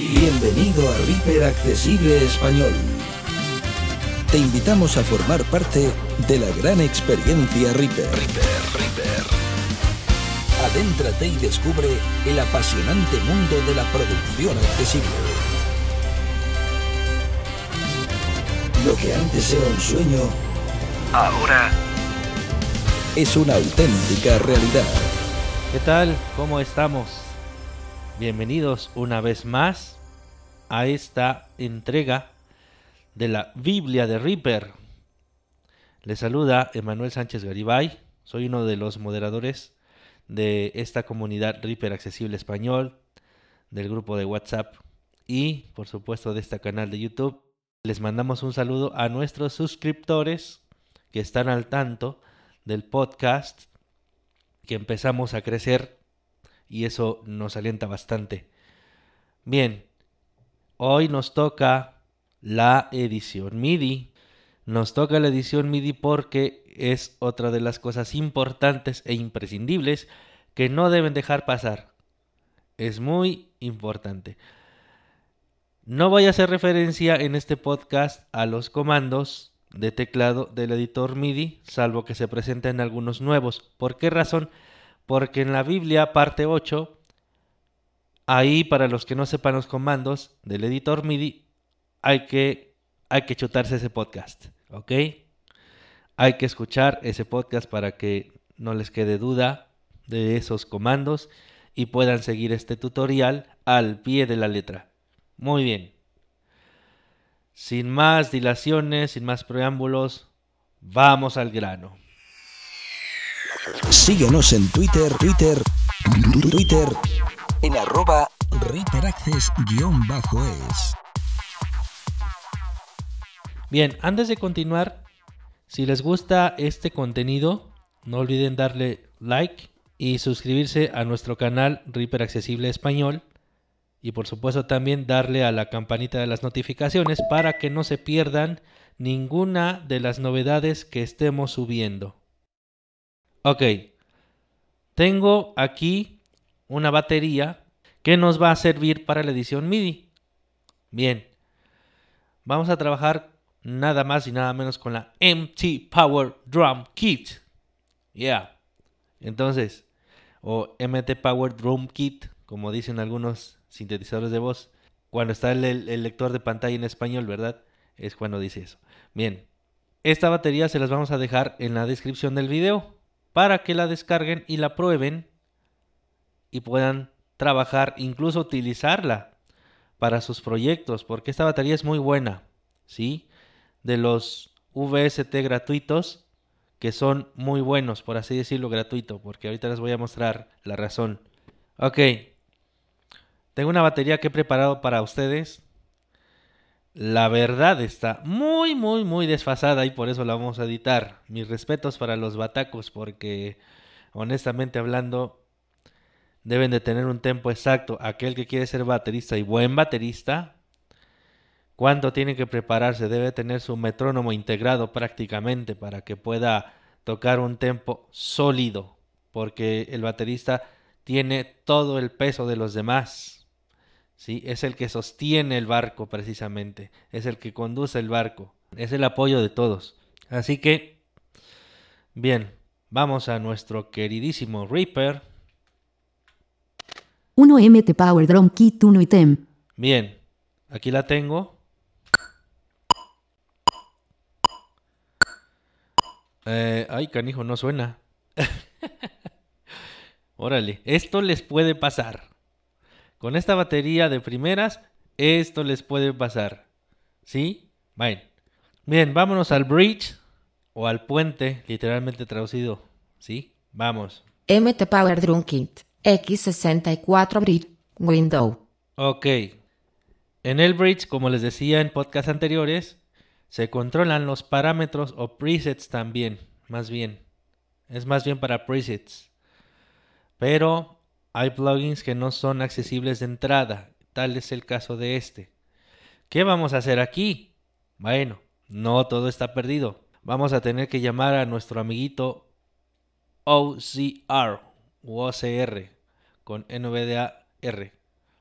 Bienvenido a Reaper Accesible Español. Te invitamos a formar parte de la gran experiencia Reaper. Adéntrate y descubre el apasionante mundo de la producción accesible. Lo que antes era un sueño, ahora es una auténtica realidad. ¿Qué tal? ¿Cómo estamos? Bienvenidos una vez más a esta entrega de la Biblia de Reaper. Les saluda Emanuel Sánchez Garibay. Soy uno de los moderadores de esta comunidad Reaper Accesible Español, del grupo de WhatsApp y, por supuesto, de este canal de YouTube. Les mandamos un saludo a nuestros suscriptores que están al tanto del podcast, que empezamos a crecer y eso nos alienta bastante. Bien, hoy nos toca la edición MIDI. Nos toca la edición MIDI porque es otra de las cosas importantes e imprescindibles que no deben dejar pasar. Es muy importante. No voy a hacer referencia en este podcast a los comandos de teclado del editor MIDI, salvo que se presenten algunos nuevos. ¿Por qué razón? Porque en la Biblia, parte 8, ahí para los que no sepan los comandos del editor MIDI, hay que chutarse ese podcast, ¿ok? Hay que escuchar ese podcast para que no les quede duda de esos comandos y puedan seguir este tutorial al pie de la letra. Muy bien. Sin más dilaciones, sin más preámbulos, vamos al grano. Síguenos en Twitter en @ReaperAccess_es. Bien, antes de continuar, si les gusta este contenido, no olviden darle like y suscribirse a nuestro canal Reaper Accesible Español. Y por supuesto también darle a la campanita de las notificaciones para que no se pierdan ninguna de las novedades que estemos subiendo. Ok, tengo aquí una batería que nos va a servir para la edición MIDI. Bien, vamos a trabajar nada más y nada menos con la MT Power Drum Kit. Entonces, o MT Power Drum Kit, como dicen algunos sintetizadores de voz, cuando está el lector de pantalla en español, ¿verdad? Es cuando dice eso. Bien, esta batería se las vamos a dejar en la descripción del video para que la descarguen y la prueben y puedan trabajar, incluso utilizarla para sus proyectos, porque esta batería es muy buena, ¿sí? De los VST gratuitos, que son muy buenos, por así decirlo, gratuito, porque ahorita les voy a mostrar la razón. Ok, tengo una batería que he preparado para ustedes. La verdad está muy desfasada y por eso la vamos a editar. Mis respetos para los batacos, porque honestamente hablando deben de tener un tempo exacto. Aquel que quiere ser baterista y buen baterista, ¿cuánto tiene que prepararse? Debe tener su metrónomo integrado prácticamente para que pueda tocar un tempo sólido, porque el baterista tiene todo el peso de los demás. ¿Sí? Es el que sostiene el barco precisamente, es el que conduce el barco, es el apoyo de todos. Así que, bien, vamos a nuestro queridísimo Reaper. 1 MT Power Drum Kit 1 item. Bien, aquí la tengo. Ay, canijo, no suena. Órale, esto les puede pasar. Con esta batería de primeras, esto les puede pasar. ¿Sí? Bien, vámonos al bridge o al puente, literalmente traducido. ¿Sí? Vamos. MT Power Drum Kit, X64 Bridge, Window. Ok. En el bridge, como les decía en podcasts anteriores, se controlan los parámetros o presets también, más bien. Es más bien para presets. Pero hay plugins que no son accesibles de entrada. Tal es el caso de este. ¿Qué vamos a hacer aquí? Bueno, no todo está perdido. Vamos a tener que llamar a nuestro amiguito OCR o OCR con NVDA R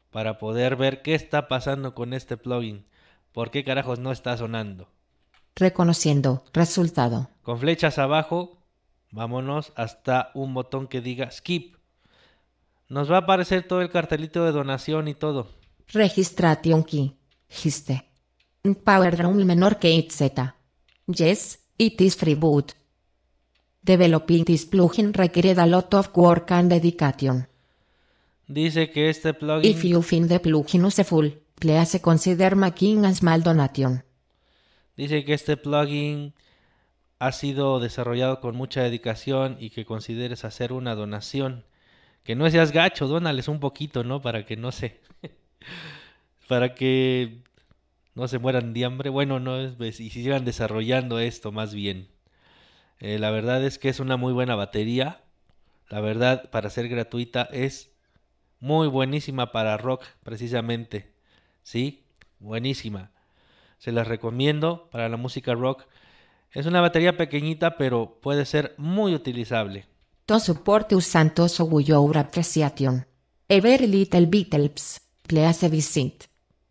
para poder ver qué está pasando con este plugin. ¿Por qué carajos no está sonando? Reconociendo resultado. Con flechas abajo, vámonos hasta un botón que diga Skip. Nos va a aparecer todo el cartelito de donación y todo. Registration key. Giste. Power Drum menor que it Z. Yes, it is free boot. Developing this plugin required a lot of work and dedication. Dice que este plugin... If you find the plugin useful, please consider making a small donation. Dice que este plugin ha sido desarrollado con mucha dedicación y que consideres hacer una donación. Que no seas gacho, dónales un poquito, ¿no? Para que no se... para que no se mueran de hambre. Bueno, no es... y sigan desarrollando esto más bien. La verdad es que es una muy buena batería. La verdad, para ser gratuita, es muy buenísima para rock, precisamente. ¿Sí? Buenísima. Se las recomiendo para la música rock. Es una batería pequeñita, pero puede ser muy utilizable. To support us and to show your appreciation. Every little bit helps. Please visit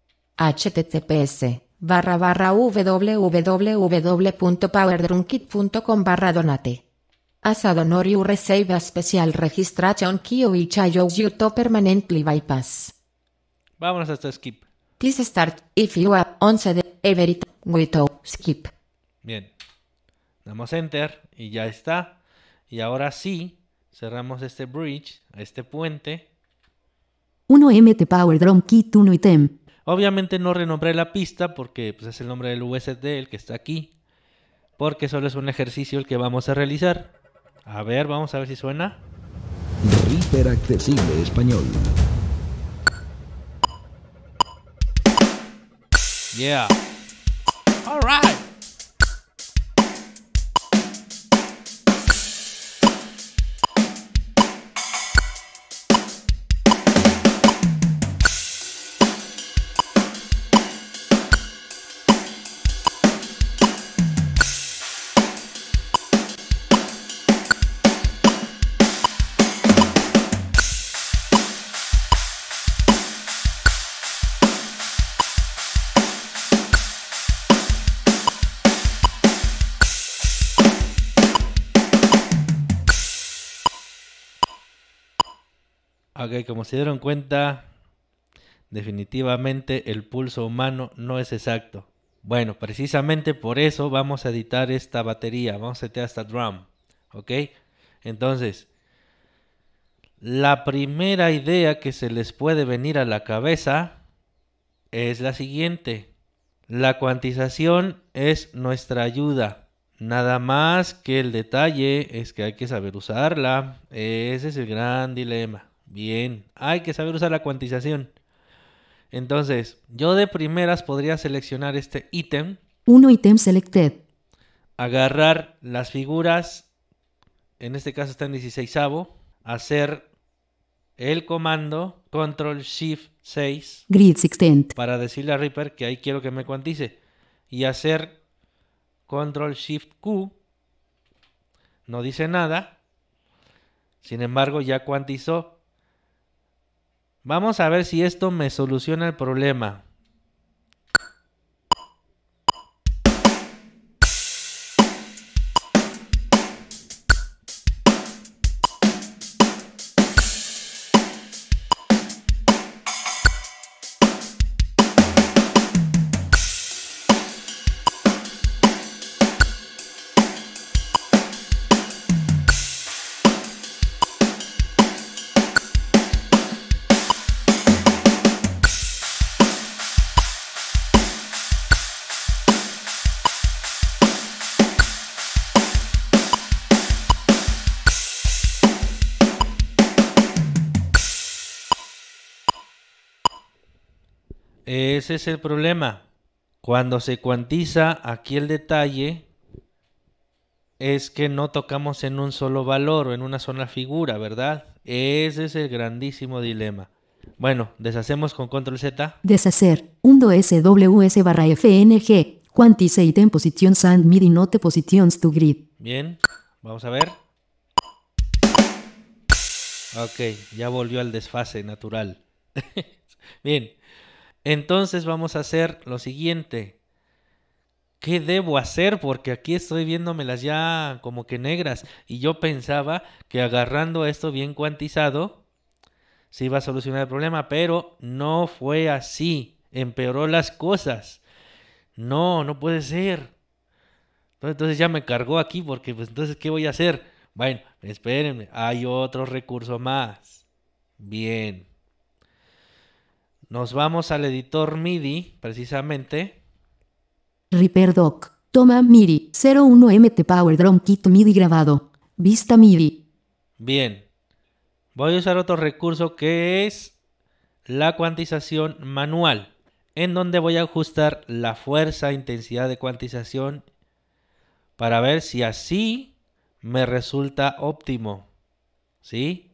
https://www.powerdrumkit.com/donate. As a donor you receive a special registration key which allows you to permanently bypass. Vámonos hasta Skip. Please start if you are on the every without skip. Bien. Damos Enter y ya está. Y ahora sí, cerramos este bridge, este puente. 1MT Power Drum Kit 1 item. Obviamente no renombré la pista porque pues, es el nombre del USD el que está aquí. Porque solo es un ejercicio el que vamos a realizar. A ver, vamos a ver si suena. Reaper Accesible Español. Yeah. All right. Ok, como se dieron cuenta, definitivamente el pulso humano no es exacto. Bueno, precisamente por eso vamos a editar esta batería, vamos a editar esta drum, ¿ok? Entonces, la primera idea que se les puede venir a la cabeza es la siguiente. La cuantización es nuestra ayuda. Nada más que el detalle es que hay que saber usarla. Ese es el gran dilema. Bien, hay que saber usar la cuantización. Entonces, yo de primeras podría seleccionar este ítem. 1 item selected. Agarrar las figuras, en este caso está en 16avo, hacer el comando Ctrl+Shift+6 Grid extent. para decirle a Reaper que ahí quiero que me cuantice. Y hacer Ctrl+Shift+Q. No dice nada. Sin embargo, ya cuantizó. Vamos a ver si esto me soluciona el problema. Ese es el problema. Cuando se cuantiza, aquí el detalle es que no tocamos en un solo valor o en una sola figura, ¿verdad? Ese es el grandísimo dilema. Bueno, deshacemos con Control Z. Deshacer. 1-SWS/FNG. Quantize item positions and MIDI note positions to grid. Bien, vamos a ver. Ok, ya volvió al desfase natural. Bien, entonces vamos a hacer lo siguiente. ¿Qué debo hacer? Porque aquí estoy viéndomelas ya como que negras. Y yo pensaba que agarrando esto bien cuantizado se iba a solucionar el problema, pero no fue así. Empeoró las cosas. No, no puede ser. Entonces ya me cargó aquí porque pues entonces ¿qué voy a hacer? Bueno, espérenme, hay otro recurso más. Bien. Nos vamos al editor MIDI, precisamente. Reaper Doc. Toma MIDI 01MT Power Drum Kit MIDI grabado. Vista MIDI. Bien. Voy a usar otro recurso que es la cuantización manual, en donde voy a ajustar la fuerza, intensidad de cuantización para ver si así me resulta óptimo. ¿Sí?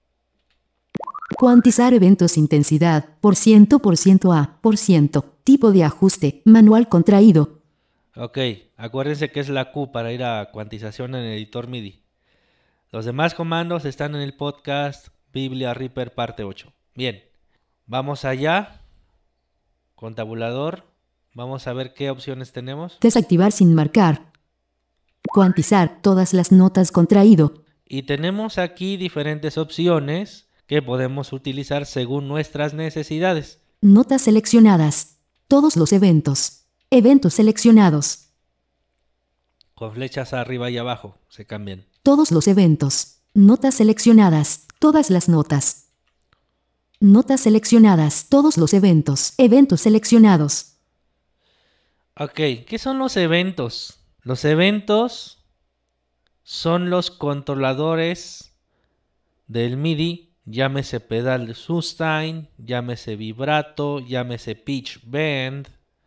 Cuantizar eventos intensidad, por ciento A, por ciento. Tipo de ajuste, manual contraído. Ok, acuérdense que es la Q para ir a cuantización en el editor MIDI. Los demás comandos están en el podcast Biblia Reaper parte 8. Bien, vamos allá con tabulador. Vamos a ver qué opciones tenemos. Desactivar sin marcar. Cuantizar todas las notas contraído. Y tenemos aquí diferentes opciones que podemos utilizar según nuestras necesidades. Notas seleccionadas. Todos los eventos. Eventos seleccionados. Con flechas arriba y abajo se cambian. Todos los eventos. Notas seleccionadas. Todas las notas. Notas seleccionadas. Todos los eventos. Eventos seleccionados. Ok, ¿qué son los eventos? Los eventos son los controladores del MIDI, llámese pedal de sustain, llámese vibrato, llámese pitch bend.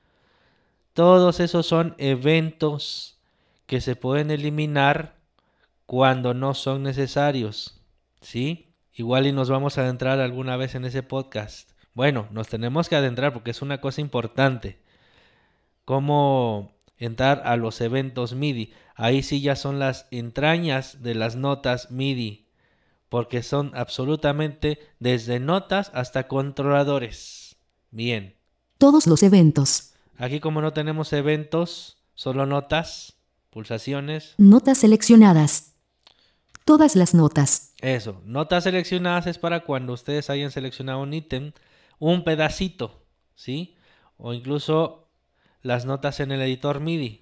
Todos esos son eventos que se pueden eliminar cuando no son necesarios, ¿sí? Igual y nos vamos a adentrar alguna vez en ese podcast. Bueno, nos tenemos que adentrar porque es una cosa importante. Cómo entrar a los eventos MIDI. Ahí sí ya son las entrañas de las notas MIDI, porque son absolutamente desde notas hasta controladores. Bien. Todos los eventos. Aquí como no tenemos eventos, solo notas, pulsaciones. Notas seleccionadas. Todas las notas. Eso, notas seleccionadas es para cuando ustedes hayan seleccionado un ítem, un pedacito, ¿sí? O incluso las notas en el editor MIDI.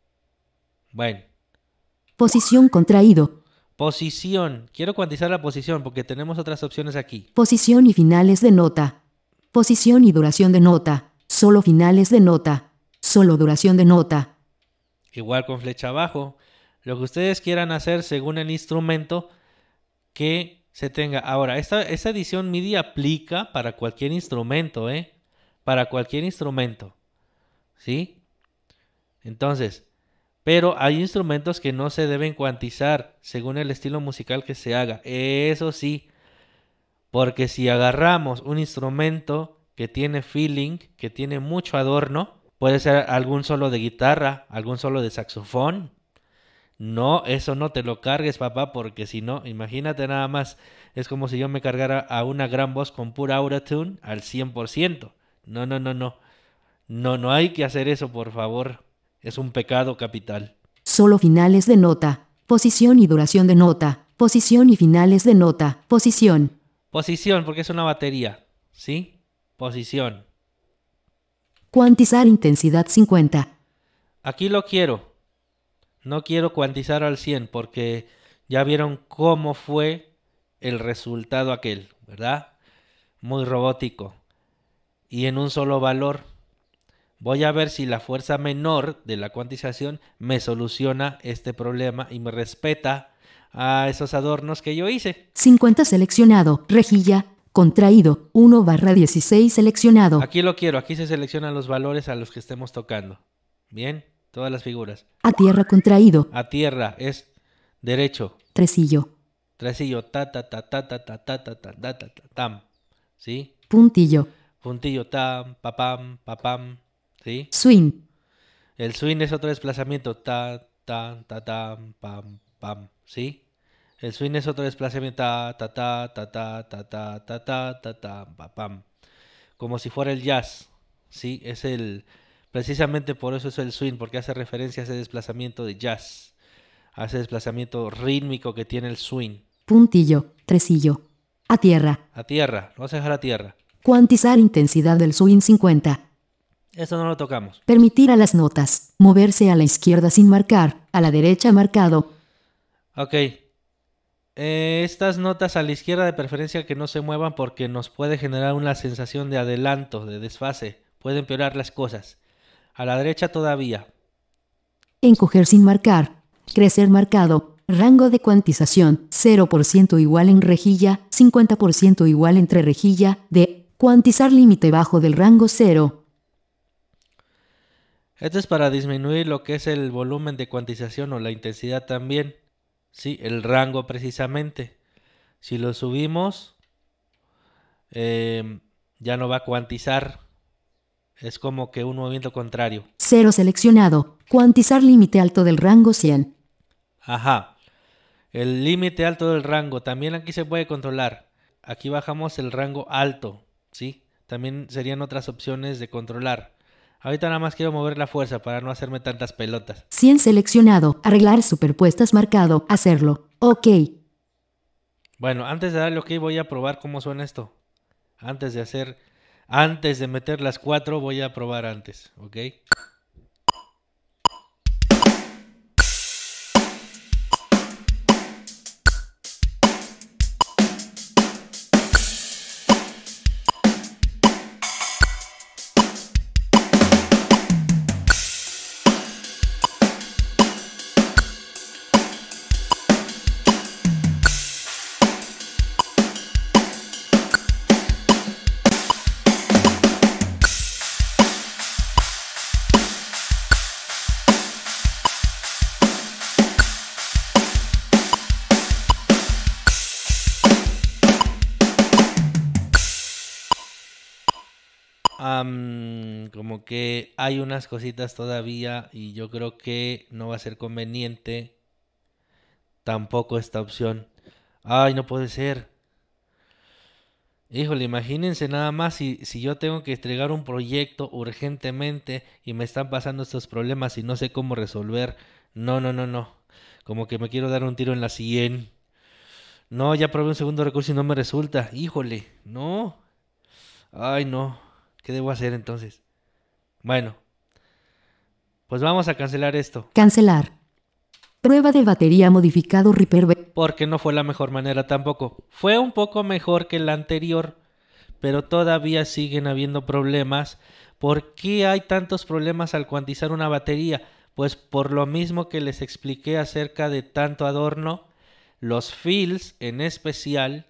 Bueno. Posición contraído. Posición. Quiero cuantizar la posición porque tenemos otras opciones aquí. Posición y finales de nota. Posición y duración de nota. Solo finales de nota. Solo duración de nota. Igual con flecha abajo. Lo que ustedes quieran hacer según el instrumento que se tenga. Ahora, esta edición MIDI aplica para cualquier instrumento, ¿eh? Para cualquier instrumento. ¿Sí? Entonces, pero hay instrumentos que no se deben cuantizar según el estilo musical que se haga. Eso sí, porque si agarramos un instrumento que tiene feeling, que tiene mucho adorno, puede ser algún solo de guitarra, algún solo de saxofón. No, eso no te lo cargues, papá, porque si no, imagínate nada más, es como si yo me cargara a una gran voz con pura autotune al 100%. No, no, no, no. No hay que hacer eso, por favor. Es un pecado capital. Solo finales de nota. Posición y duración de nota. Posición y finales de nota. Posición. Posición, porque es una batería, ¿sí? Posición. Cuantizar intensidad 50. Aquí lo quiero. No quiero cuantizar al 100 porque ya vieron cómo fue el resultado aquel, ¿verdad? Muy robótico. Y en un solo valor. Voy a ver si la fuerza menor de la cuantización me soluciona este problema y me respeta a esos adornos que yo hice. 50 seleccionado. Rejilla. Contraído. 1/16 seleccionado. Aquí lo quiero. Aquí se seleccionan los valores a los que estemos tocando. Bien, todas las figuras. A tierra contraído. A tierra es derecho. Tresillo. Tresillo. Ta ta ta ta ta ta ta ta ta ta ta tam. ¿Sí? Puntillo. Puntillo. Tam, papam, papam. ¿Sí? Swing. El swing es otro desplazamiento. Ta, ta, ta, tam, pam, pam. ¿Sí? El swing es otro desplazamiento. Ta, ta, ta, ta, ta, ta, ta, ta, ta, ta, ta, pa, pam. como si fuera el jazz, ¿sí? Precisamente por eso es el swing, porque hace referencia a ese desplazamiento de jazz, a ese desplazamiento rítmico que tiene el swing. Puntillo, tresillo. A tierra. A tierra, vamos a dejar a tierra. Cuantizar intensidad del swing 50. Eso no lo tocamos. Permitir a las notas moverse a la izquierda sin marcar, a la derecha marcado. Ok. Estas notas a la izquierda de preferencia que no se muevan porque nos puede generar una sensación de adelanto, de desfase. Puede empeorar las cosas. A la derecha todavía. Encoger sin marcar. Crecer marcado. Rango de cuantización. 0% igual en rejilla. 50% igual entre rejilla. De cuantizar límite bajo del rango 0. Esto es para disminuir lo que es el volumen de cuantización o la intensidad también. Sí, el rango precisamente. Si lo subimos, ya no va a cuantizar. Es como que un movimiento contrario. 0 seleccionado. Cuantizar límite alto del rango 100. Ajá. El límite alto del rango. También aquí se puede controlar. Aquí bajamos el rango alto. ¿Sí? También serían otras opciones de controlar. Ahorita nada más quiero mover la fuerza para no hacerme tantas pelotas. 100 seleccionado. Arreglar superpuestas marcado. Hacerlo. Ok. Bueno, antes de darle OK voy a probar cómo suena esto. Antes de meter las 4 voy a probar antes, ¿ok? Como que hay unas cositas todavía y yo creo que no va a ser conveniente tampoco esta opción. Ay, no puede ser. Híjole, imagínense nada más si yo tengo que entregar un proyecto urgentemente y me están pasando estos problemas y no sé cómo resolver. No, no, no, no. Como que me quiero dar un tiro en la sien. No, ya probé un segundo recurso y no me resulta. Híjole, no. Ay, no. ¿Qué debo hacer entonces? Bueno, pues vamos a cancelar esto. Cancelar. Prueba de batería modificado Reaper B. Porque no fue la mejor manera tampoco. Fue un poco mejor que la anterior, pero todavía siguen habiendo problemas. ¿Por qué hay tantos problemas al cuantizar una batería? Pues por lo mismo que les expliqué acerca de tanto adorno, los fills en especial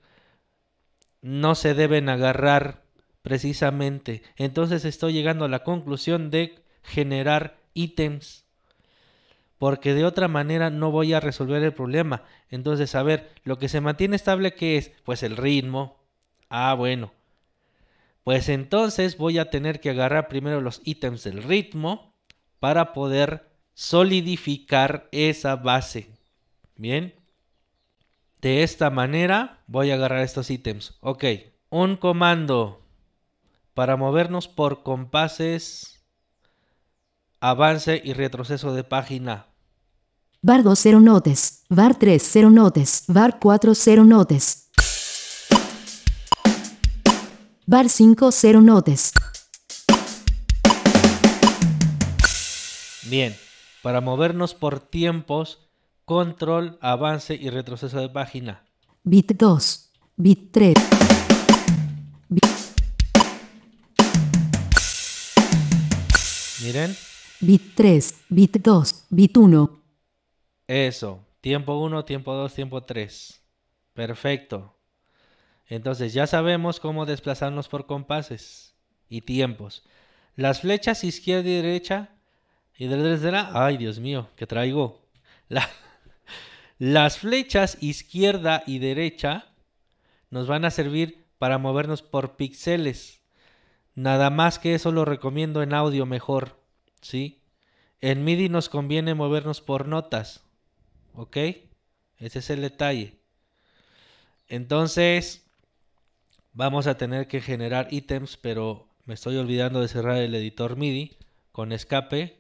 no se deben agarrar precisamente. Entonces estoy llegando a la conclusión de generar ítems, porque de otra manera no voy a resolver el problema. Entonces, a ver, lo que se mantiene estable, ¿qué es? Pues el ritmo. Ah, bueno. Pues entonces voy a tener que agarrar primero los ítems del ritmo para poder solidificar esa base. Bien. De esta manera voy a agarrar estos ítems. Ok. Un comando para movernos por compases, avance y retroceso de página. Var 2 0 notes, var 3 0 notes, var 4 0 notes. Var 5 0 notes. Bien, para movernos por tiempos, control, avance y retroceso de página. Bit 2, bit 3. Miren. Bit 3, bit 2, bit 1. Eso, tiempo 1, tiempo 2, tiempo 3. Perfecto. Entonces ya sabemos cómo desplazarnos por compases y tiempos. Las flechas izquierda y derecha y derecha. Ay, Dios mío, ¿qué traigo? Las flechas izquierda y derecha nos van a servir para movernos por píxeles. Nada más que eso lo recomiendo en audio mejor, ¿sí? En MIDI nos conviene movernos por notas, ¿ok? Ese es el detalle. Entonces, vamos a tener que generar ítems, pero me estoy olvidando de cerrar el editor MIDI con escape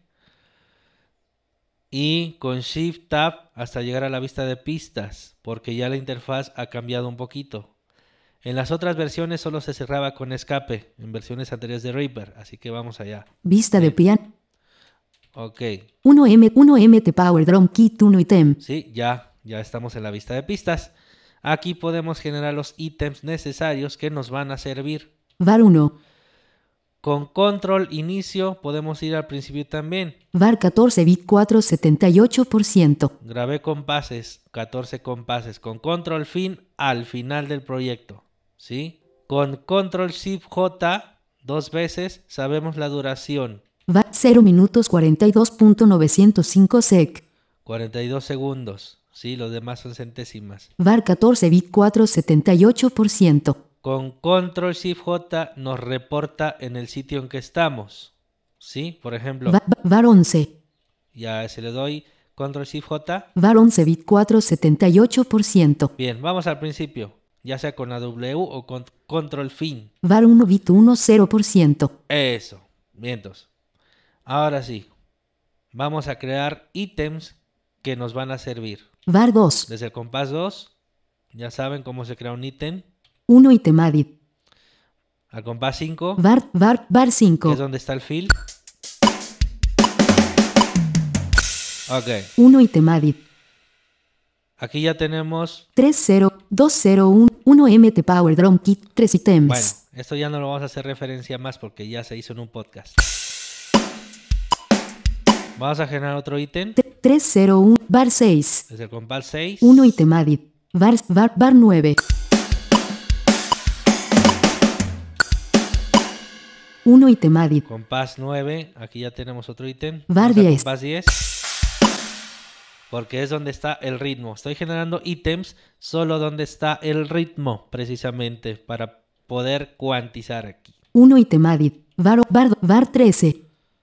y con Shift Tab hasta llegar a la vista de pistas, porque ya la interfaz ha cambiado un poquito. En las otras versiones solo se cerraba con escape, en versiones anteriores de Reaper, así que vamos allá. Vista de piano. Ok. 1MT Power Drum Kit 1 ítem. Sí, ya estamos en la vista de pistas. Aquí podemos generar los ítems necesarios que nos van a servir. VAR 1. Con control inicio podemos ir al principio también. VAR 14 bit 478%. Grabé compases, 14 compases. Con control fin al final del proyecto. ¿Sí? Con control shift J 2 veces sabemos la duración. VAR 0 minutos 42.905 sec. 42 segundos. Sí, los demás son centésimas. VAR 14 bit 478%. Con control shift J nos reporta en el sitio en que estamos. ¿Sí? Por ejemplo, VAR 11. ya se le doy control shift J. VAR 11 bit 478%. Bien, vamos al principio. Ya sea con la W o con control fin. VAR 1 bit 10%. Eso. Vientos. Ahora sí. Vamos a crear ítems que nos van a servir. VAR 2. Desde el compás 2. Ya saben cómo se crea un ítem. 1 ítem added. Al compás 5. VAR 5. Que es donde está el fill. Ok. 1 ítem added. Aquí ya tenemos... 30201 1MT Power Drum Kit 3 ítems. Bueno, esto ya no lo vamos a hacer referencia más porque ya se hizo en un podcast. Vamos a generar otro ítem. 301 VAR 6. Desde el compás 6. 1 ítem added. VAR 9. 1 ítem added. Compás 9. Aquí ya tenemos otro ítem. VAR Vamos a 10. compás 10. Porque es donde está el ritmo. Estoy generando ítems solo donde está el ritmo, precisamente, para poder cuantizar aquí. 1 ítem added. VAR 13.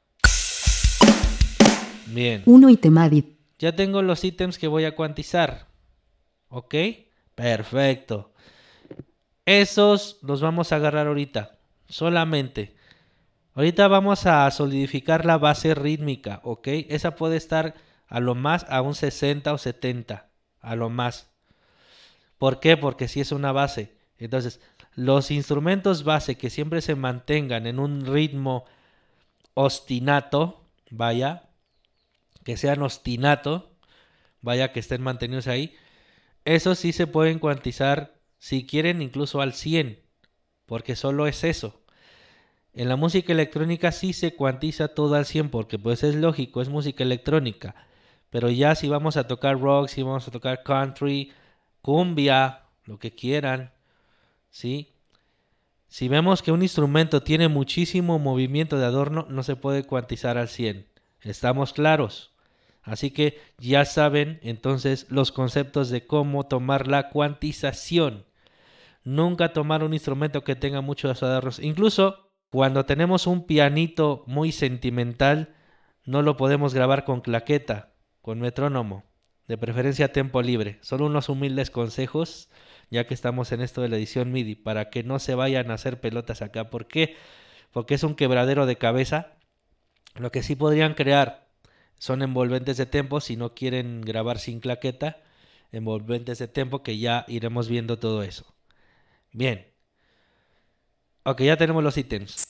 Bien. 1 ítem added. Ya tengo los ítems que voy a cuantizar. ¿Ok? Perfecto. Esos los vamos a agarrar ahorita. Solamente. Ahorita vamos a solidificar la base rítmica. ¿Ok? Esa puede estar a lo más a un 60 o 70. A lo más. ¿Por qué? Porque si es una base. Entonces, los instrumentos base que siempre se mantengan en un ritmo ostinato, vaya, que sean ostinato, vaya, que estén mantenidos ahí, esos sí se pueden cuantizar, si quieren, incluso al 100, porque solo es eso. En la música electrónica sí se cuantiza todo al 100, porque pues es lógico, es música electrónica. Pero ya si vamos a tocar rock, si vamos a tocar country, cumbia, lo que quieran, ¿sí? Si vemos que un instrumento tiene muchísimo movimiento de adorno, no se puede cuantizar al 100. ¿Estamos claros? Así que ya saben entonces los conceptos de cómo tomar la cuantización. Nunca tomar un instrumento que tenga muchos adornos. Incluso cuando tenemos un pianito muy sentimental, no lo podemos grabar con claqueta, con metrónomo, de preferencia a tempo libre. Solo unos humildes consejos, ya que estamos en esto de la edición MIDI, para que no se vayan a hacer pelotas acá. ¿Por qué? Porque es un quebradero de cabeza. Lo que sí podrían crear son envolventes de tempo, si no quieren grabar sin claqueta, envolventes de tempo, que ya iremos viendo todo eso. Bien. Ok, ya tenemos los ítems.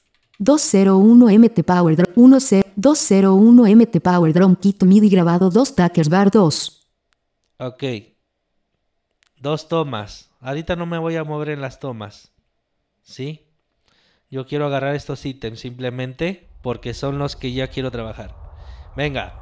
201MT Power Drum 201MT Power Drum Kit MIDI grabado 2 Tackers VAR 2. Ok. 2 tomas. Ahorita no me voy a mover en las tomas. ¿Sí? Yo quiero agarrar estos ítems simplemente porque son los que ya quiero trabajar. Venga.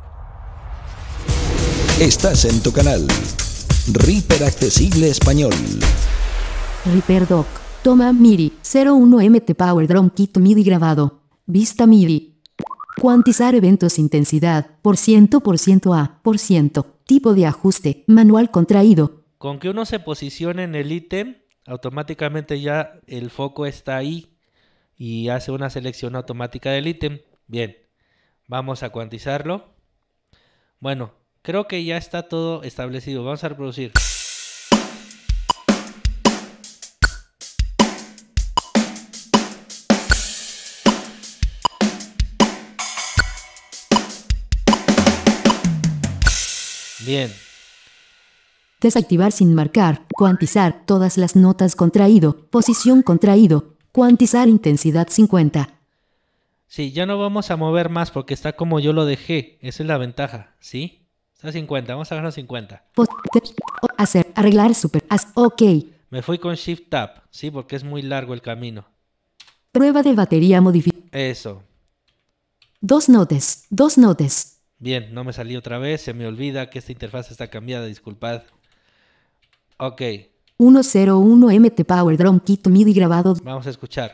Estás en tu canal. Reaper Accesible Español. Reaper Doc. Toma MIDI. 01MT Power Drum Kit MIDI grabado. Vista MIDI. Cuantizar eventos intensidad. %, a %. Tipo de ajuste. Manual contraído. Con que uno se posicione en el ítem, automáticamente ya el foco está ahí y hace una selección automática del ítem. Bien, vamos a cuantizarlo. Bueno, creo que ya está todo establecido. Vamos a reproducir. Bien. Desactivar sin marcar. Cuantizar todas las notas contraído. Posición contraído. Cuantizar intensidad 50. Sí, ya no vamos a mover más porque está como yo lo dejé. Esa es la ventaja, ¿sí? Está a 50, vamos a agarrar 50. Hacer. Arreglar super. Ok. Me fui con Shift Tab, ¿sí? Porque es muy largo el camino. Prueba de batería modificada. Eso. 2 notes. 2 notes. Bien, no me salí otra vez. Se me olvida que esta interfaz está cambiada, disculpad. Ok, 101 MT Power Drum Kit MIDI grabado. vamos a escuchar.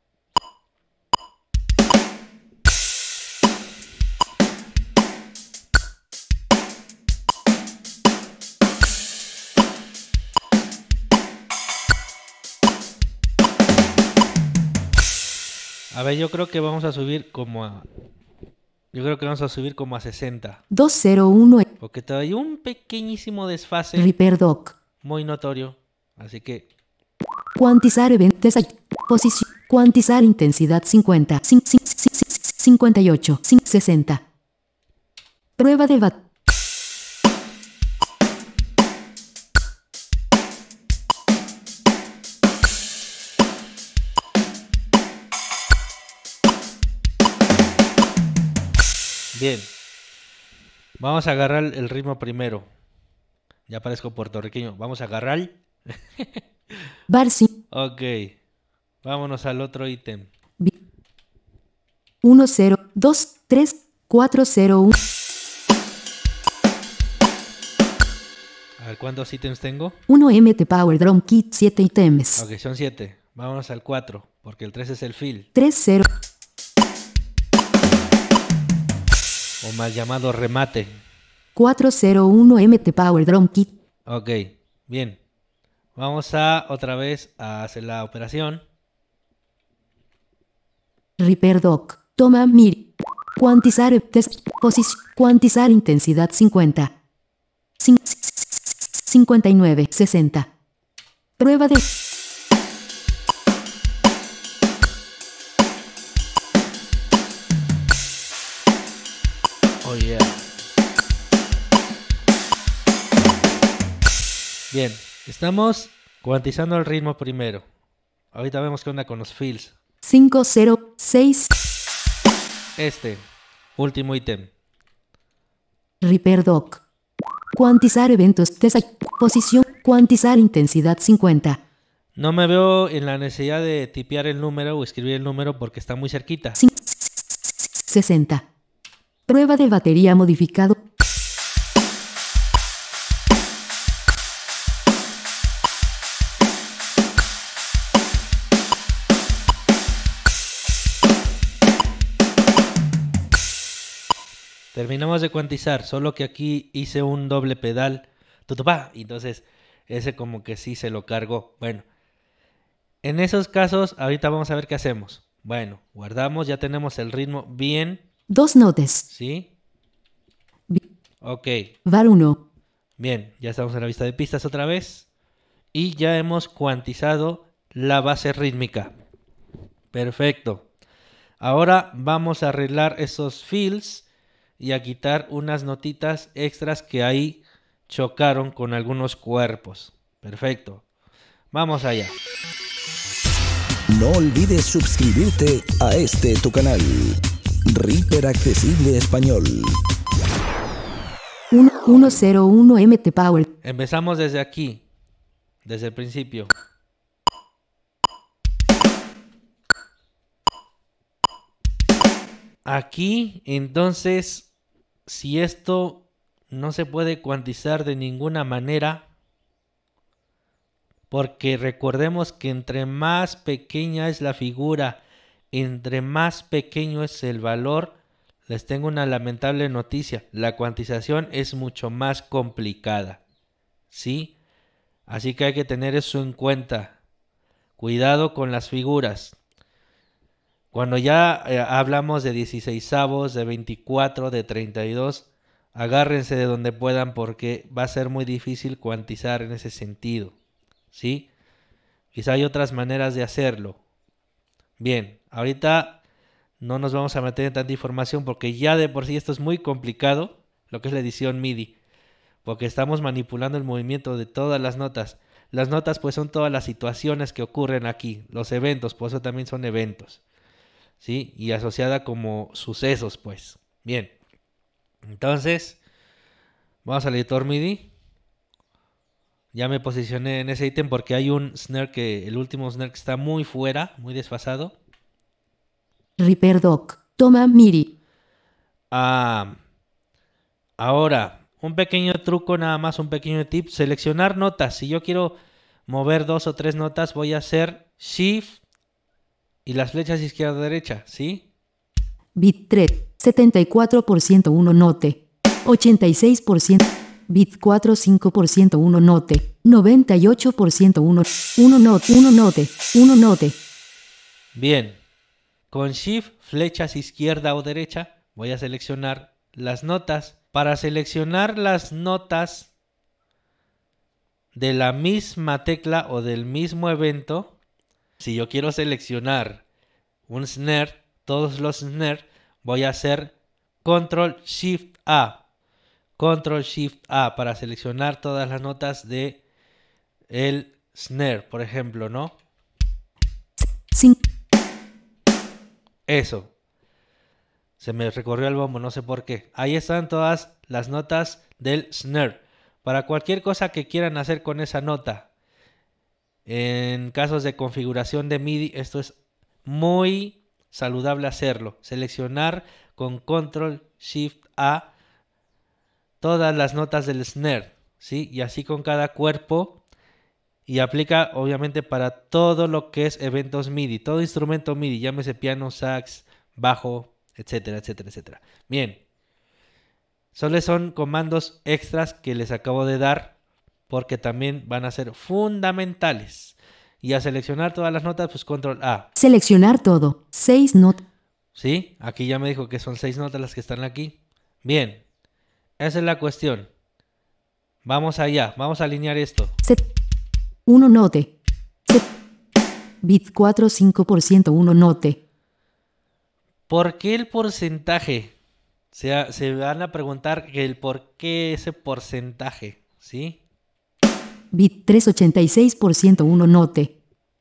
A ver, yo creo que vamos a subir como a... Yo creo que vamos a subir como a 60. 201 Porque todavía hay un pequeñísimo desfase Reaper Dock. muy notorio. Así que... Cuantizar eventos. Posición. Cuantizar intensidad 50. 58. 60. Prueba de batería. Bien. Vamos a agarrar el ritmo primero. Ya parezco puertorriqueño. Vamos a agarrar. Bar 5. Ok. Vámonos al otro ítem. 1 0 2 3 4 0 1. A ver, ¿cuántos ítems tengo? 1 MT Power Drum Kit 7 ítems. Ok, son 7. Vámonos al 4, porque el 3 es el fill, 3 0. o mal llamado remate. 401 MT Power Drum Kit. Ok, bien. Vamos a otra vez a hacer la operación. Reaper Dock. Toma MIDI. Cuantizar posición. Cuantizar intensidad 50. 59. 60. Prueba de... Oh yeah. Bien, estamos cuantizando el ritmo primero. Ahorita vemos qué onda con los fills. 5 0 6. Este, último ítem. Reaper Dock. Cuantizar eventos. Posición. Cuantizar intensidad 50. No me veo en la necesidad de tipear el número o escribir el número porque está muy cerquita. 60. Prueba de batería modificado. Terminamos de cuantizar, solo que aquí hice un doble pedal. Tutupá, y entonces ese como que sí se lo cargó. Bueno, en esos casos ahorita vamos a ver qué hacemos. Bueno, guardamos, ya tenemos el ritmo bien, 2 notes. ¿sí? Ok, Var 1. bien, ya estamos en la vista de pistas otra vez. Y ya hemos cuantizado la base rítmica. Perfecto. Ahora vamos a arreglar esos fills y a quitar unas notitas extras que ahí chocaron con algunos cuerpos. Perfecto. Vamos allá. No olvides suscribirte a este tu canal. Reaper Accesible Español. 101 MT Power. Empezamos desde aquí, desde el principio. Aquí, entonces, si esto no se puede cuantizar de ninguna manera, porque recordemos que entre más pequeña es la figura, entre más pequeño es el valor, les tengo una lamentable noticia: la cuantización es mucho más complicada, ¿sí? Así que hay que tener eso en cuenta. Cuidado con las figuras. Cuando ya hablamos de 16avos, de 24, de 32, agárrense de donde puedan porque va a ser muy difícil cuantizar en ese sentido, ¿sí? Quizá hay otras maneras de hacerlo. Bien, ahorita no nos vamos a meter en tanta información porque ya de por sí esto es muy complicado, lo que es la edición MIDI. porque estamos manipulando el movimiento de todas las notas. Las notas pues son todas las situaciones que ocurren aquí, los eventos, por eso también son eventos, ¿sí? Y asociada como sucesos, pues. Bien, entonces vamos al editor MIDI. Ya me posicioné en ese ítem porque hay un snare el último snare que está muy fuera, muy desfasado. Reaper Doc. Toma MIDI. Ahora, un pequeño truco nada más, un pequeño tip. Seleccionar notas. Si yo quiero mover 2 o 3 notas, voy a hacer Shift y las flechas izquierda derecha, ¿sí? Bit 3. 74% 1 note. 86%. Bit 4 5% 1 note. 98% 1 note. 1 note. 1 note. Bien. Con Shift, flechas izquierda o derecha, voy a seleccionar las notas. Para seleccionar las notas de la misma tecla o del mismo evento, si yo quiero seleccionar un snare, todos los snares, voy a hacer Control Shift A. Control Shift A para seleccionar todas las notas de el snare, por ejemplo, ¿no? Sin. Eso. Se me recorrió el bombo, no sé por qué. Ahí están todas las notas del snare. Para cualquier cosa que quieran hacer con esa nota. En casos de configuración de MIDI, esto es muy saludable hacerlo. Seleccionar con Control Shift A todas las notas del snare, ¿sí? Y así con cada cuerpo. Y aplica obviamente para todo lo que es eventos MIDI. Todo instrumento MIDI, llámese piano, sax, bajo, etcétera, etcétera, etcétera. Bien. Solo son comandos extras que les acabo de dar porque también van a ser fundamentales. Y a seleccionar todas las notas, pues Control A. Seleccionar todo. 6 notas. ¿Sí? Aquí ya me dijo que son 6 notas las que están aquí. Bien. Esa es la cuestión. Vamos allá. Vamos a alinear esto. 1 note. Bit 4 5% 1 note. ¿Por qué el porcentaje? Se van a preguntar que el por qué ese porcentaje, ¿sí? Bit 3 86% 1 note.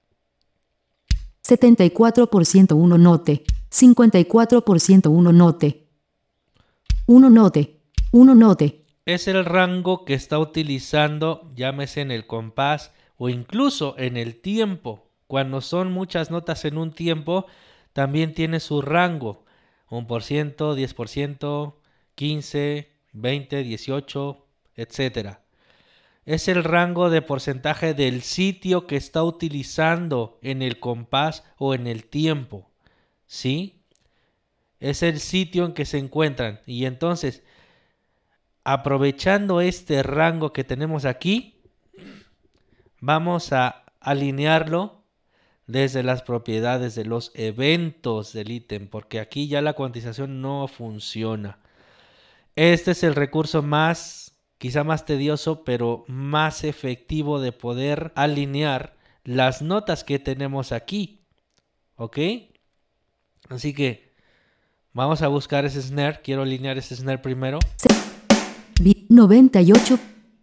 74% 1 note. 54% 1 note. 1 note. 1 note. Es el rango que está utilizando, llámese en el compás o incluso en el tiempo. Cuando son muchas notas en un tiempo, también tiene su rango. 1%, 10%, 15, 20, 18, etc. Es el rango de porcentaje del sitio que está utilizando en el compás o en el tiempo. ¿Sí? Es el sitio en que se encuentran. Y entonces, aprovechando este rango que tenemos aquí, vamos a alinearlo desde las propiedades de los eventos del ítem, porque aquí ya la cuantización no funciona. Este es el recurso quizá más tedioso, pero más efectivo de poder alinear las notas que tenemos aquí. ¿Ok? Así que vamos a buscar ese snare. Quiero alinear ese snare primero. Bit 98.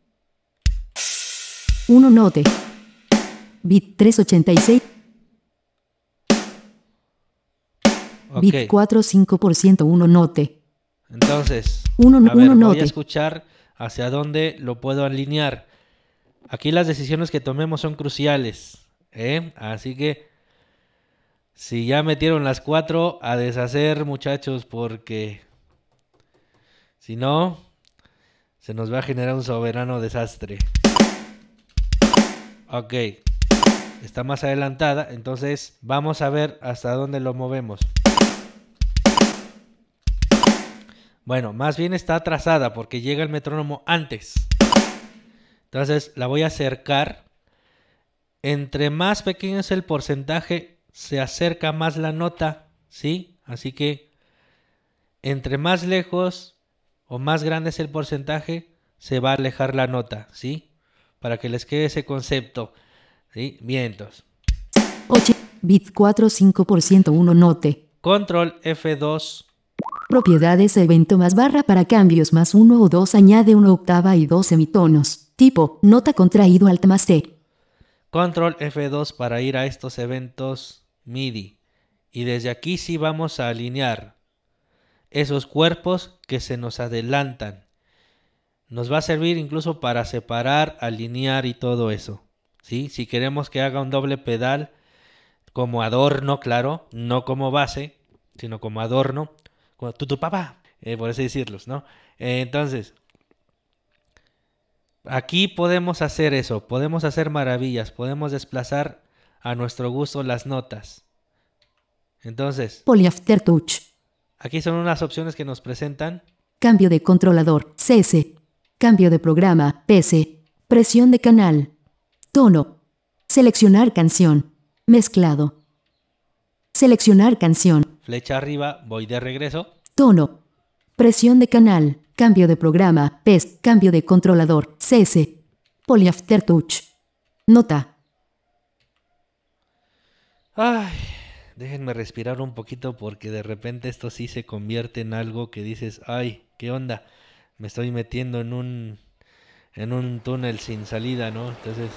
1 note. Bit 386. Okay. Bit 4 5% 1 note. Entonces, voy a escuchar hacia dónde lo puedo alinear. Aquí las decisiones que tomemos son cruciales, Así que si ya metieron las 4, a deshacer, muchachos, porque si no, se nos va a generar un soberano desastre. Ok, está más adelantada, entonces vamos a ver hasta dónde lo movemos. Bueno, más bien está atrasada porque llega el metrónomo antes. Entonces la voy a acercar. Entre más pequeño es el porcentaje, se acerca más la nota, ¿sí? Así que entre más lejos o más grande es el porcentaje, se va a alejar la nota, ¿sí? Para que les quede ese concepto, ¿sí? Bien, entonces. 8 bit 4 5% 1 note. Control F2 Propiedades evento más barra para cambios más 1 o 2 añade una octava y 2 semitonos. Tipo, nota contraído alt más T. Control F2 para ir a estos eventos MIDI. Y desde aquí sí vamos a alinear esos cuerpos que se nos adelantan. Nos va a servir incluso para separar, alinear y todo eso. ¿Sí? Si queremos que haga un doble pedal como adorno, claro, no como base, sino como adorno, como tu papá, por así decirlos, ¿no? Entonces, aquí podemos hacer eso, podemos hacer maravillas, podemos desplazar a nuestro gusto las notas. Entonces, Polyaftertouch. aquí son unas opciones que nos presentan. Cambio de controlador. CS. Cambio de programa. PC. Presión de canal. Tono. Seleccionar canción. Mezclado. Seleccionar canción. Flecha arriba, voy de regreso. Tono. Presión de canal. Cambio de programa. PES. Cambio de controlador. CS. Polyaftertouch. Nota. Ay, déjenme respirar un poquito porque de repente esto sí se convierte en algo que dices, ay, ¿qué onda? Me estoy metiendo en un túnel sin salida, ¿no? Entonces...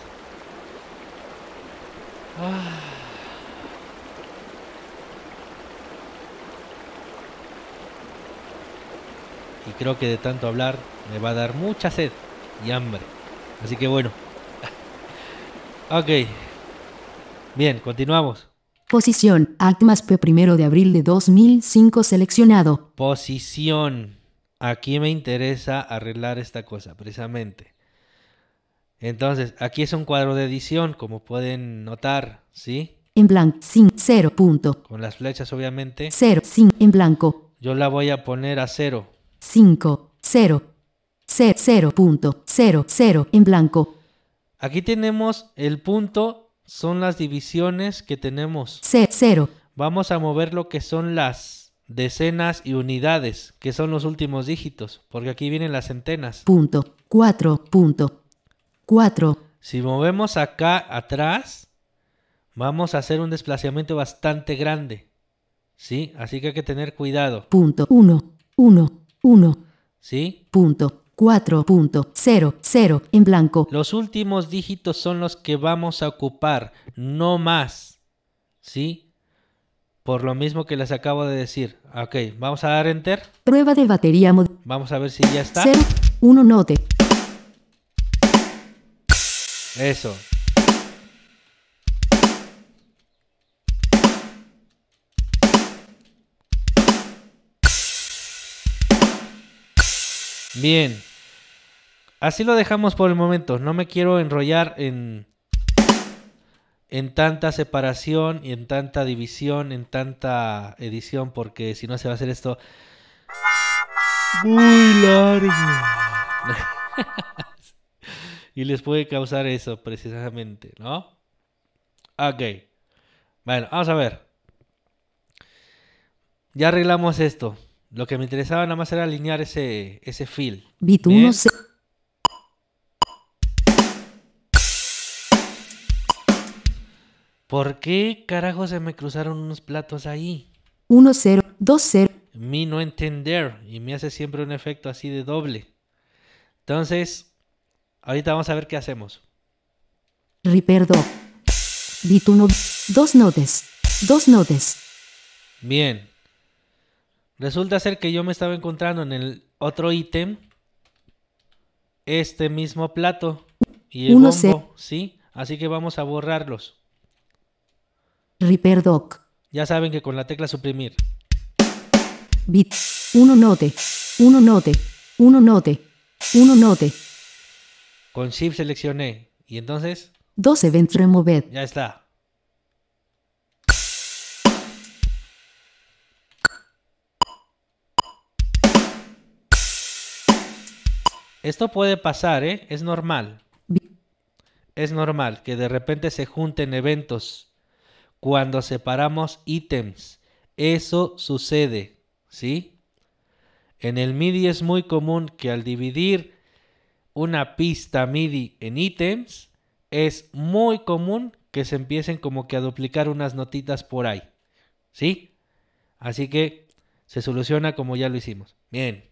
Y creo que de tanto hablar me va a dar mucha sed y hambre. Así que bueno. Ok. Bien, continuamos. Posición. Alt más P 1 de abril de 2005 seleccionado. Posición. Aquí me interesa arreglar esta cosa, precisamente. Entonces, aquí es un cuadro de edición, como pueden notar, ¿sí? En blanco. Sin 0. Punto. Con las flechas, obviamente. 0. Sin. En blanco. Yo la voy a poner a 0. 5. 0. 0. Punto. 0. 0. En blanco. Aquí tenemos el punto, son las divisiones que tenemos. 0. Vamos a mover lo que son las decenas y unidades, que son los últimos dígitos, porque aquí vienen las centenas. Punto. 4. Punto. 4. Si movemos acá atrás, vamos a hacer un desplazamiento bastante grande, ¿sí? Así que hay que tener cuidado. Punto. 1. 1. 1. ¿Sí? Punto. 4. Punto. 0. 0. En blanco. Los últimos dígitos son los que vamos a ocupar, no más, ¿sí? Por lo mismo que les acabo de decir. Ok, vamos a dar Enter. Prueba de batería. Vamos a ver si ya está. 0. 1 note. Eso. Bien. Así lo dejamos por el momento. No me quiero enrollar en tanta separación y en tanta división, en tanta edición, porque si no se va a hacer esto muy largo. Y les puede causar eso precisamente, ¿no? Ok. Bueno, vamos a ver. Ya arreglamos esto. Lo que me interesaba nada más era alinear ese fill. Bit Bien. 1. ¿Por qué carajo se me cruzaron unos platos ahí? 1 0. 2 0. Mi no entender. Y me hace siempre un efecto así de doble. Entonces, ahorita vamos a ver qué hacemos. Reaper do. Bit 1. 2 notes. 2 notes. Bien. Resulta ser que yo me estaba encontrando en el otro ítem este mismo plato y el Uno bombo, ¿sí? Así que vamos a borrarlos. Reaper doc. Ya saben que con la tecla suprimir. Bit 1 note. 1 note. 1 note. 1 note. Con Shift seleccioné y entonces 2 events removed. ya está. Esto puede pasar, ¿eh? Es normal. Es normal que de repente se junten eventos cuando separamos ítems. Eso sucede, ¿sí? En el MIDI es muy común que al dividir una pista MIDI en ítems, es muy común que se empiecen como que a duplicar unas notitas por ahí, ¿sí? Así que Se soluciona como ya lo hicimos. Bien.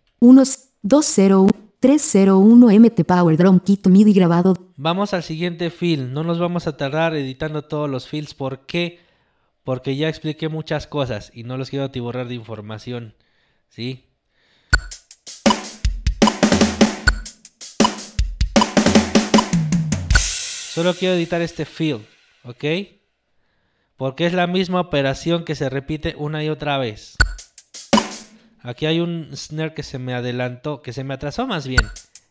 301 MT Power Drum Kit MIDI grabado. Vamos al siguiente field. No nos vamos a tardar editando todos los fields. ¿Por qué? Porque ya expliqué muchas cosas y no los quiero atiborrar de información. ¿Sí? Solo quiero editar este field, ¿ok? Porque es la misma operación que se repite una y otra vez. Aquí hay un snare que se me adelantó, que se me atrasó más bien.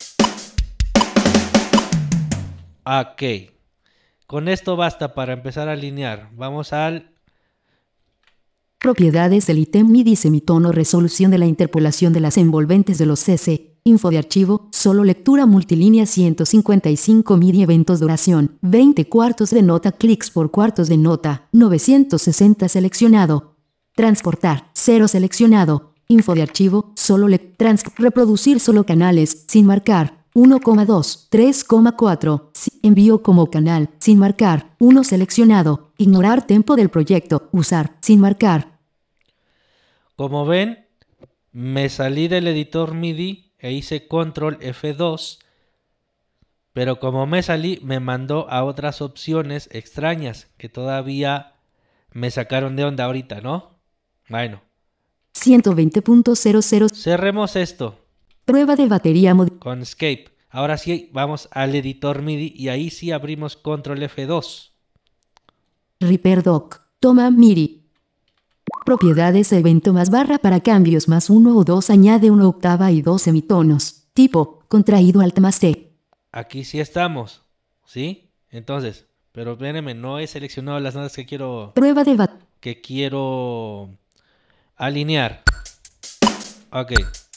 Ok. Con esto basta para empezar a alinear. Vamos al... Propiedades del ítem MIDI semitono, resolución de la interpolación de las envolventes de los CC. Info de archivo, solo lectura multilínea 155 MIDI, eventos, duración 20 cuartos de nota, clics por cuartos de nota 960, seleccionado. Transportar 0, seleccionado. Info de archivo, solo reproducir solo canales, sin marcar 1,2, 3,4, envío como canal, sin marcar 1, seleccionado. Ignorar tempo del proyecto, usar, sin marcar. Como ven, me salí del editor MIDI e hice control F2, pero como me salí me mandó a otras opciones extrañas que todavía me sacaron de onda ahorita, ¿no? Bueno. 120.00. Cerremos esto. Prueba de batería con Escape. Ahora sí vamos al editor MIDI y ahí sí abrimos control F2. Reaper Doc. Toma MIDI. Propiedades evento más barra para cambios más 1 o 2, añade 1 octava y 2 semitonos. Tipo, contraído alt más T. Aquí sí estamos, ¿sí? Entonces, pero espérenme, no he seleccionado las notas que quiero... Prueba de que quiero alinear. Ok.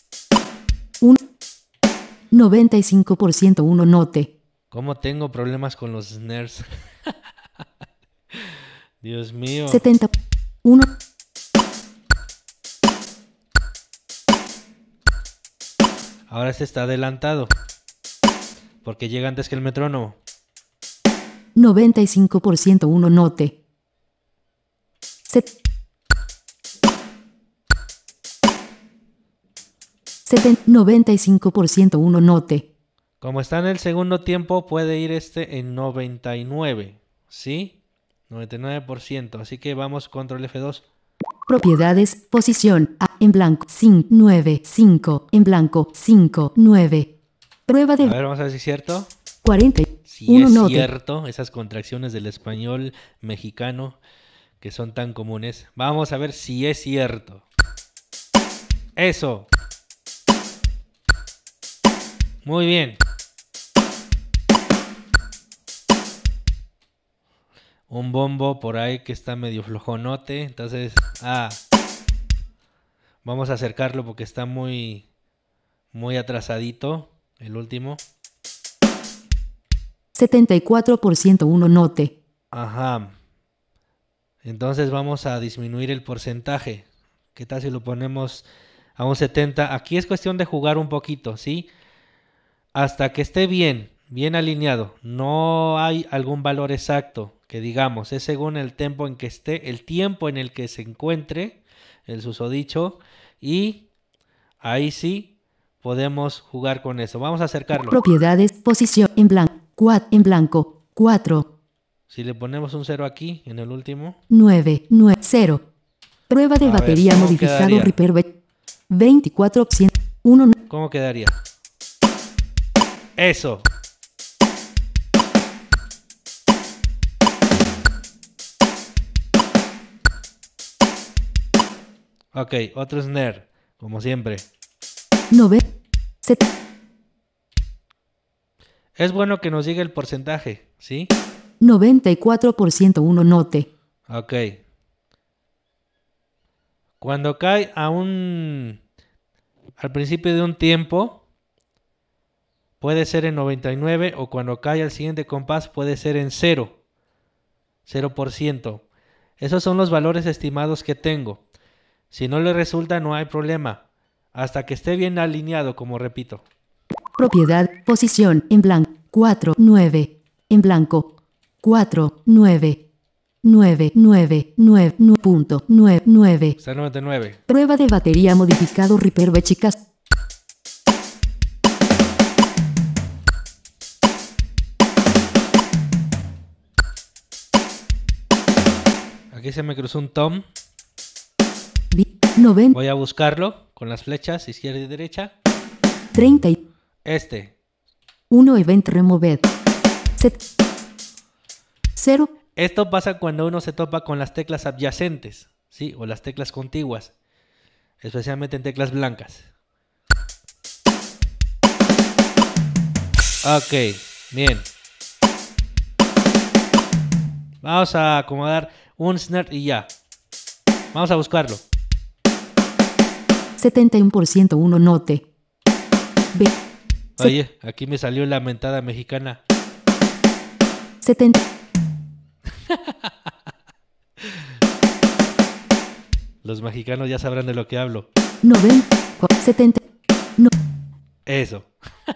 95% 1 note. ¿Cómo tengo problemas con los snares? Dios mío. 70. 1. Ahora este está adelantado. Porque llega antes que el metrónomo. 95% 1 note. 95% 1 note. Como está en el segundo tiempo, puede ir este en 99. ¿Sí? 99%. Así que vamos control F2. Propiedades, posición, A, en blanco, 5, 9, 5, en blanco, 5, 9. Prueba de... A ver, vamos a ver si es cierto. 40. Si es cierto, esas contracciones del español mexicano que son tan comunes. Vamos a ver si es cierto. Eso. Muy bien. Un bombo por ahí que está medio flojonote. Entonces, vamos a acercarlo porque está muy atrasadito. El último. 74% 1 note. Ajá. Entonces vamos a disminuir el porcentaje. ¿Qué tal si lo ponemos a un 70? Aquí es cuestión de jugar un poquito, ¿sí? Hasta que esté bien alineado. No hay algún valor exacto que digamos. Es según el tiempo en que esté, el tiempo en el que se encuentre el susodicho. Y ahí sí podemos jugar con eso. Vamos a acercarlo. Propiedades, posición, en blanco, 4, en blanco, 4. Si le ponemos un 0 aquí, en el último. 9, 9, 0. Prueba de batería modificado Reaper 24%, 1. ¿Cómo quedaría? Eso. Ok, otro snare, como siempre. 9, 7. Es bueno que nos llegue el porcentaje, ¿sí? 94% 1 note. Ok. Cuando cae al principio de un tiempo, puede ser en 99 o cuando cae al siguiente compás puede ser en 0%. Esos son los valores estimados que tengo. Si no le resulta, no hay problema. Hasta que esté bien alineado, como repito. Propiedad, posición, en blanco, 4, 9. En blanco, 4, 9. 99.99. Está 99. Prueba de batería modificado Reaper B, chicas. Aquí se me cruzó un tom. 90, Voy a buscarlo con las flechas izquierda y derecha. 31 Este. event removed. 0. Esto pasa cuando uno se topa con las teclas adyacentes, ¿sí? O las teclas contiguas, especialmente en teclas blancas. Ok, bien. Vamos a acomodar un snare y ya. Vamos a buscarlo. 71% 1 note. B. Oye, aquí me salió la mentada mexicana. 70. Los mexicanos ya sabrán de lo que hablo. 90. 70. No. Eso.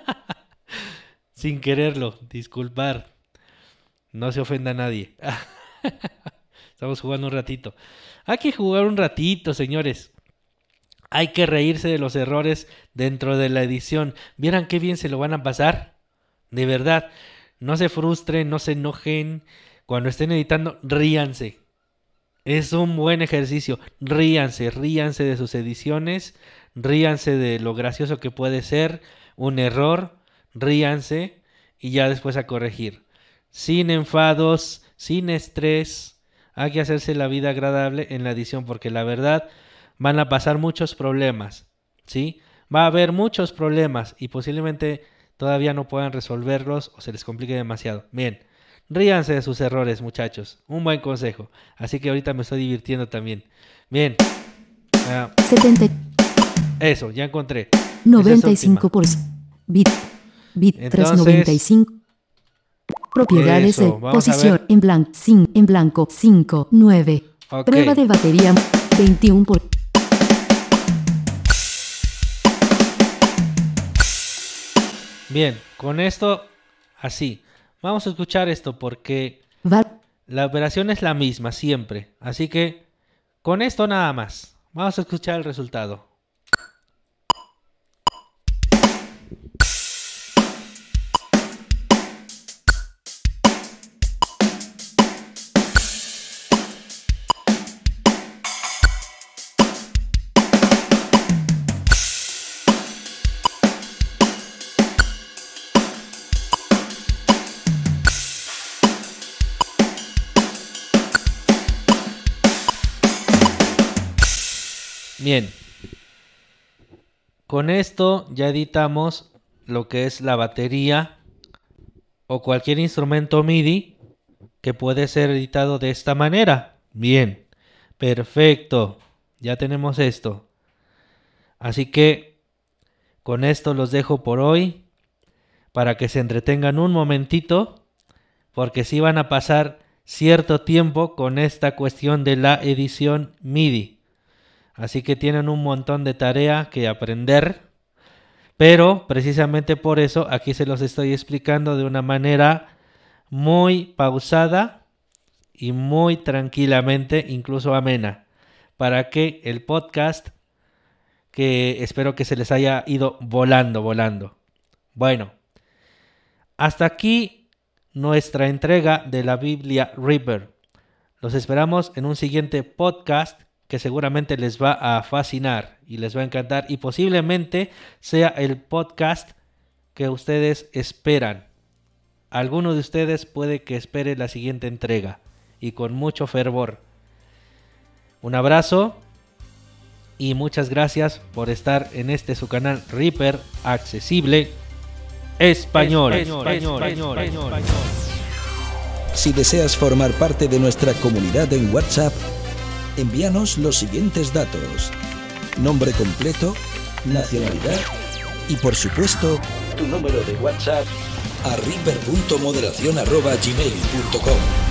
Sin quererlo, disculpar. No se ofenda a nadie. Estamos jugando un ratito. Hay que jugar un ratito, señores. Hay que reírse de los errores dentro de la edición. ¿Vieran qué bien se lo van a pasar? De verdad, no se frustren, no se enojen. Cuando estén editando, ríanse. Es un buen ejercicio. Ríanse de sus ediciones. Ríanse de lo gracioso que puede ser un error. Ríanse y ya después a corregir. Sin enfados, sin estrés. Hay que hacerse la vida agradable en la edición porque la verdad van a pasar muchos problemas, ¿sí? Va a haber muchos problemas y posiblemente todavía no puedan resolverlos o se les complique demasiado. Bien, ríanse de sus errores, muchachos. Un buen consejo. Así que ahorita me estoy divirtiendo también. Bien. 70. Eso, ya encontré. 95%. Bit Entonces, 395. Propiedades eso, de vamos a posición ver. en blanco 5 9. Ok. Prueba de batería 21 por Bien, con esto, así. Vamos a escuchar esto porque val la operación es la misma siempre. Así que con esto nada más. Vamos a escuchar el resultado. Bien, con esto ya editamos lo que es la batería o cualquier instrumento MIDI que puede ser editado de esta manera. Bien, perfecto, ya tenemos esto. Así que con esto los dejo por hoy para que se entretengan un momentito porque sí van a pasar cierto tiempo con esta cuestión de la edición MIDI. Así que tienen un montón de tarea que aprender, pero precisamente por eso aquí se los estoy explicando de una manera muy pausada y muy tranquilamente, incluso amena, para que el podcast, que espero que se les haya ido volando. Bueno, hasta aquí nuestra entrega de la Biblia Reaper. Los esperamos en un siguiente podcast que seguramente les va a fascinar y les va a encantar y posiblemente sea el podcast que ustedes esperan. Alguno de ustedes puede que espere la siguiente entrega y con mucho fervor. Un abrazo y muchas gracias por estar en este su canal Reaper Accesible Español. Si deseas formar parte de nuestra comunidad en WhatsApp, envíanos los siguientes datos: nombre completo, nacionalidad y, por supuesto, tu número de WhatsApp a reaper.moderacion@gmail.com.